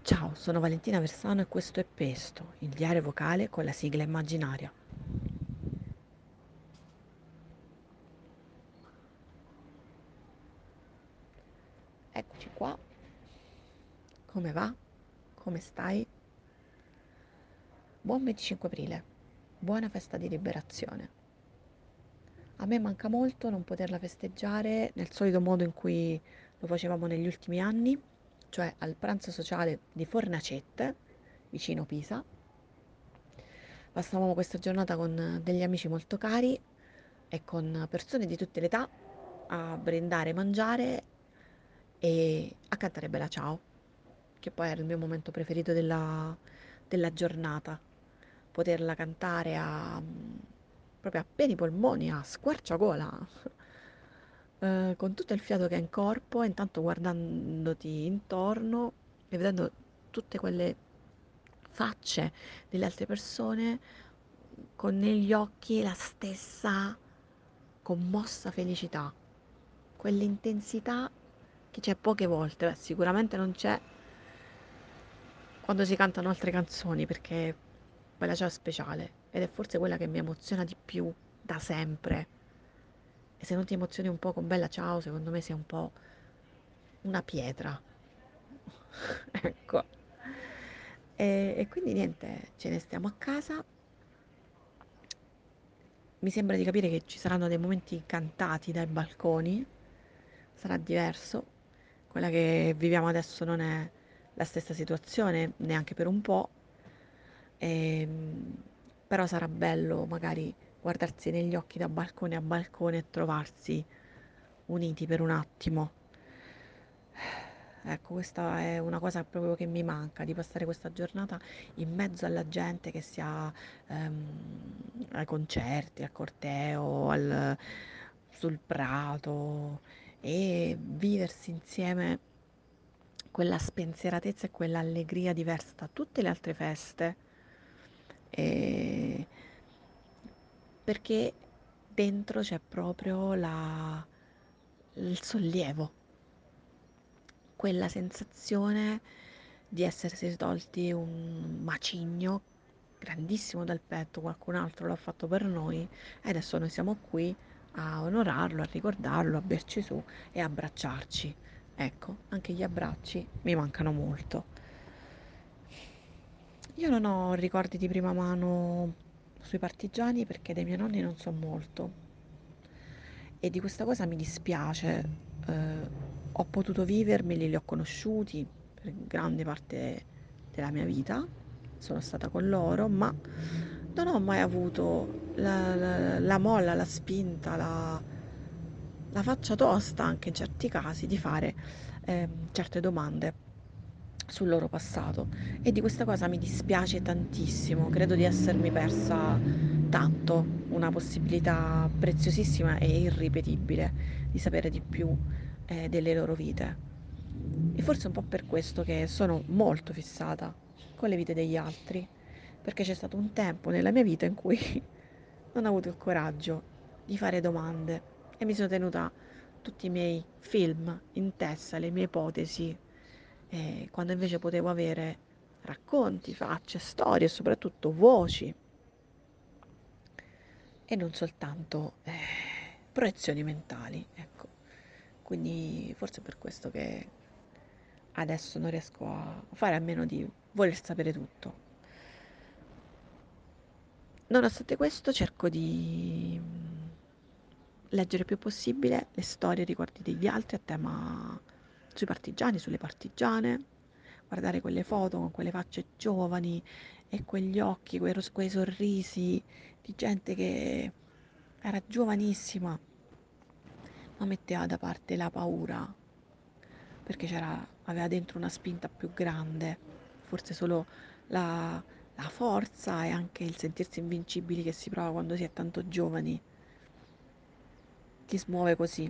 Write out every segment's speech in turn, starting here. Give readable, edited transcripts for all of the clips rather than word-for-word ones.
Ciao, sono Valentina Versano e questo è Pesto, il diario vocale con la sigla immaginaria. Eccoci qua, come va? Come stai? Buon 25 aprile, buona festa di liberazione. A me manca molto non poterla festeggiare nel solito modo in cui lo facevamo negli ultimi anni, cioè al pranzo sociale di Fornacette, vicino Pisa. Passavamo questa giornata con degli amici molto cari e con persone di tutte le età a brindare, mangiare e a cantare Bella Ciao, che poi era il mio momento preferito della giornata. Poterla cantare proprio a pieni polmoni, a squarciagola, con tutto il fiato che ha in corpo, e intanto guardandoti intorno e vedendo tutte quelle facce delle altre persone con negli occhi la stessa commossa felicità, quell'intensità che c'è poche volte. Beh, sicuramente non c'è quando si cantano altre canzoni, perché quella c'è speciale ed è forse quella che mi emoziona di più da sempre. E se non ti emozioni un po' con Bella Ciao, secondo me sei un po' una pietra. Ecco. E quindi niente, ce ne stiamo a casa. Mi sembra di capire che ci saranno dei momenti cantati dai balconi, sarà diverso. Quella che viviamo adesso non è la stessa situazione, neanche per un po', ehm, però sarà bello magari guardarsi negli occhi da balcone a balcone e trovarsi uniti per un attimo. Ecco, questa è una cosa proprio che mi manca, di passare questa giornata in mezzo alla gente che sia ai concerti, al corteo, sul prato e viversi insieme quella spensieratezza e quell'allegria diversa da tutte le altre feste. E perché dentro c'è proprio il sollievo, quella sensazione di essersi tolti un macigno grandissimo dal petto, qualcun altro l'ha fatto per noi e adesso noi siamo qui a onorarlo, a ricordarlo, a berci su e a abbracciarci. Ecco, anche gli abbracci mi mancano molto. Io non ho ricordi di prima mano sui partigiani perché dei miei nonni non so molto e di questa cosa mi dispiace. Ho potuto vivermeli, li ho conosciuti per grande parte della mia vita, sono stata con loro, ma non ho mai avuto la molla, la spinta, la faccia tosta anche in certi casi di fare certe domande sul loro passato e di questa cosa mi dispiace tantissimo, credo di essermi persa tanto, una possibilità preziosissima e irripetibile di sapere di più delle loro vite. E forse è un po' per questo che sono molto fissata con le vite degli altri, perché c'è stato un tempo nella mia vita in cui non ho avuto il coraggio di fare domande e mi sono tenuta tutti i miei film in testa, le mie ipotesi, quando invece potevo avere racconti, facce, storie e soprattutto voci e non soltanto proiezioni mentali, ecco. Quindi forse è per questo che adesso non riesco a fare a meno di voler sapere tutto. Nonostante questo cerco di leggere il più possibile le storie e i ricordi degli altri a tema sui partigiani, sulle partigiane, guardare quelle foto con quelle facce giovani e quegli occhi, quei sorrisi di gente che era giovanissima, ma metteva da parte la paura perché aveva dentro una spinta più grande, forse solo la, la forza e anche il sentirsi invincibili che si prova quando si è tanto giovani, ti smuove così.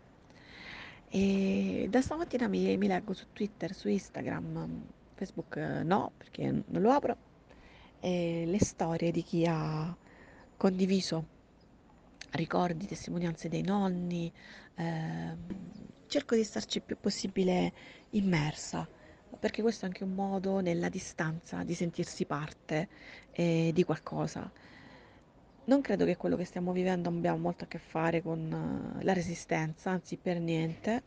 E da stamattina mi leggo su Twitter, su Instagram, Facebook no, perché non lo apro, le storie di chi ha condiviso ricordi, testimonianze dei nonni, ehm, cerco di starci il più possibile immersa, perché questo è anche un modo nella distanza di sentirsi parte di qualcosa. Non credo che quello che stiamo vivendo abbia molto a che fare con la resistenza, anzi per niente,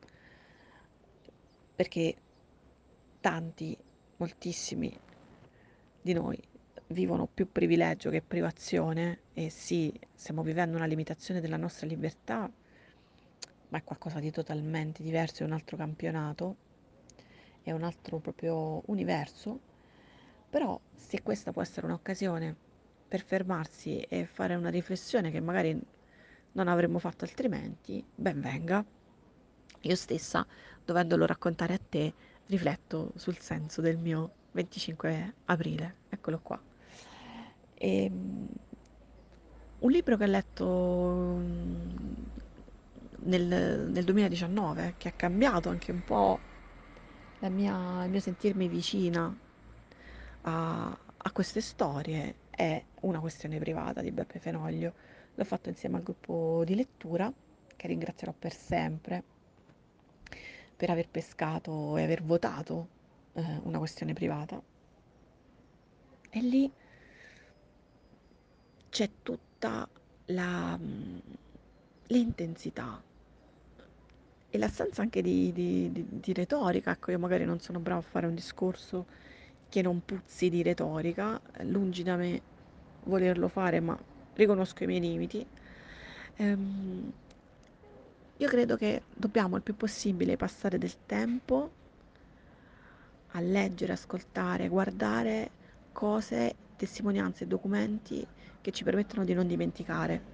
perché tanti, moltissimi di noi vivono più privilegio che privazione e sì, stiamo vivendo una limitazione della nostra libertà, ma è qualcosa di totalmente diverso, è un altro campionato, è un altro proprio universo, però se questa può essere un'occasione per fermarsi e fare una riflessione che magari non avremmo fatto altrimenti, ben venga. Io stessa, dovendolo raccontare a te, rifletto sul senso del mio 25 aprile. Eccolo qua. E, un libro che ho letto nel 2019, che ha cambiato anche un po' il mio sentirmi vicina a queste storie, è Una questione privata di Beppe Fenoglio. L'ho fatto insieme al gruppo di lettura, che ringrazierò per sempre per aver pescato e aver votato una questione privata. E lì c'è tutta l'intensità e l'assenza anche di retorica. Ecco, io magari non sono brava a fare un discorso che non puzzi di retorica, lungi da me volerlo fare, ma riconosco i miei limiti. Ehm, io credo che dobbiamo il più possibile passare del tempo a leggere, ascoltare, guardare cose, testimonianze e documenti che ci permettono di non dimenticare.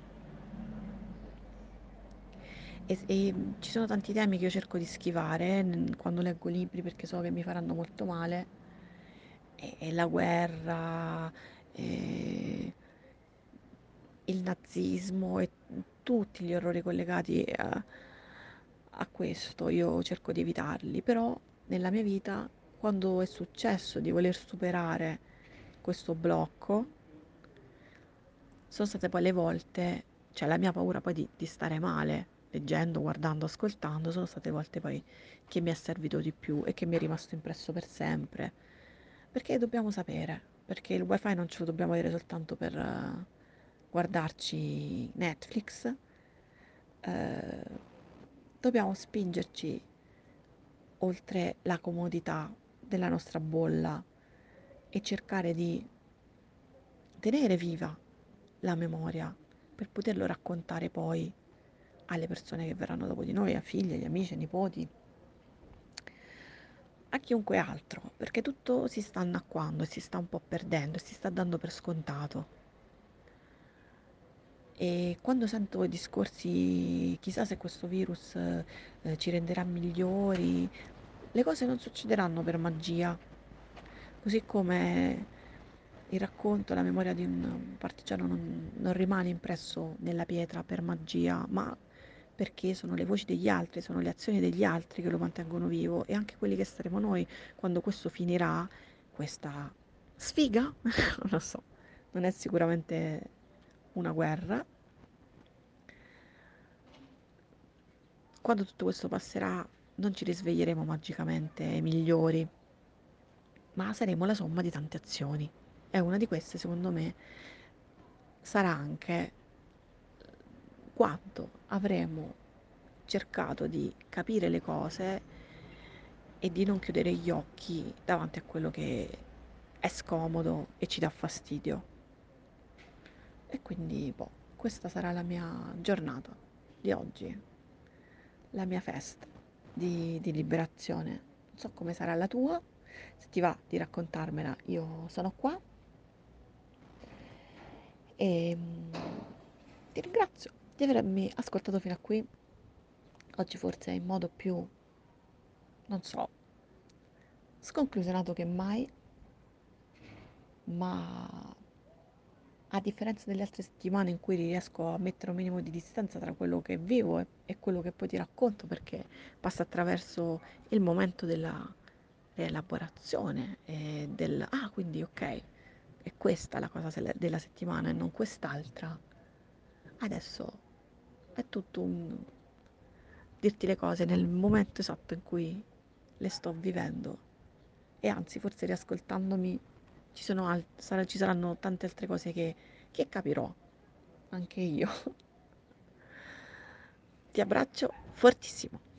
E ci sono tanti temi che io cerco di schivare quando leggo libri perché so che mi faranno molto male. E la guerra, e il nazismo e tutti gli orrori collegati a questo. Io cerco di evitarli, però nella mia vita, quando è successo di voler superare questo blocco, sono state poi le volte, cioè la mia paura poi di stare male, leggendo, guardando, ascoltando, sono state le volte poi che mi è servito di più e che mi è rimasto impresso per sempre. Perché dobbiamo sapere, perché il wifi non ce lo dobbiamo avere soltanto per guardarci Netflix, eh, dobbiamo spingerci oltre la comodità della nostra bolla e cercare di tenere viva la memoria per poterlo raccontare poi alle persone che verranno dopo di noi, a figli, agli amici, ai nipoti, a chiunque altro, perché tutto si sta annacquando e si sta un po' perdendo e si sta dando per scontato. E quando sento discorsi, chissà se questo virus ci renderà migliori, le cose non succederanno per magia, così come il racconto, la memoria di un partigiano non rimane impresso nella pietra per magia, ma perché sono le voci degli altri, sono le azioni degli altri che lo mantengono vivo e anche quelli che saremo noi quando questo finirà, questa sfiga, non lo so, non è sicuramente una guerra. Quando tutto questo passerà, non ci risveglieremo magicamente migliori, ma saremo la somma di tante azioni. E una di queste, secondo me, sarà anche quanto avremo cercato di capire le cose e di non chiudere gli occhi davanti a quello che è scomodo e ci dà fastidio. E quindi, boh, questa sarà la mia giornata di oggi, la mia festa di liberazione. Non so come sarà la tua, se ti va di raccontarmela, io sono qua e ti ringrazio di avermi ascoltato fino a qui. Oggi forse in modo più, non so, sconclusionato che mai, ma a differenza delle altre settimane in cui riesco a mettere un minimo di distanza tra quello che vivo e quello che poi ti racconto, perché passa attraverso il momento della rielaborazione e del ah, quindi ok, è questa la cosa della settimana e non quest'altra. Adesso è tutto un dirti le cose nel momento esatto in cui le sto vivendo e anzi forse riascoltandomi ci saranno tante altre cose che capirò anche io. Ti abbraccio fortissimo.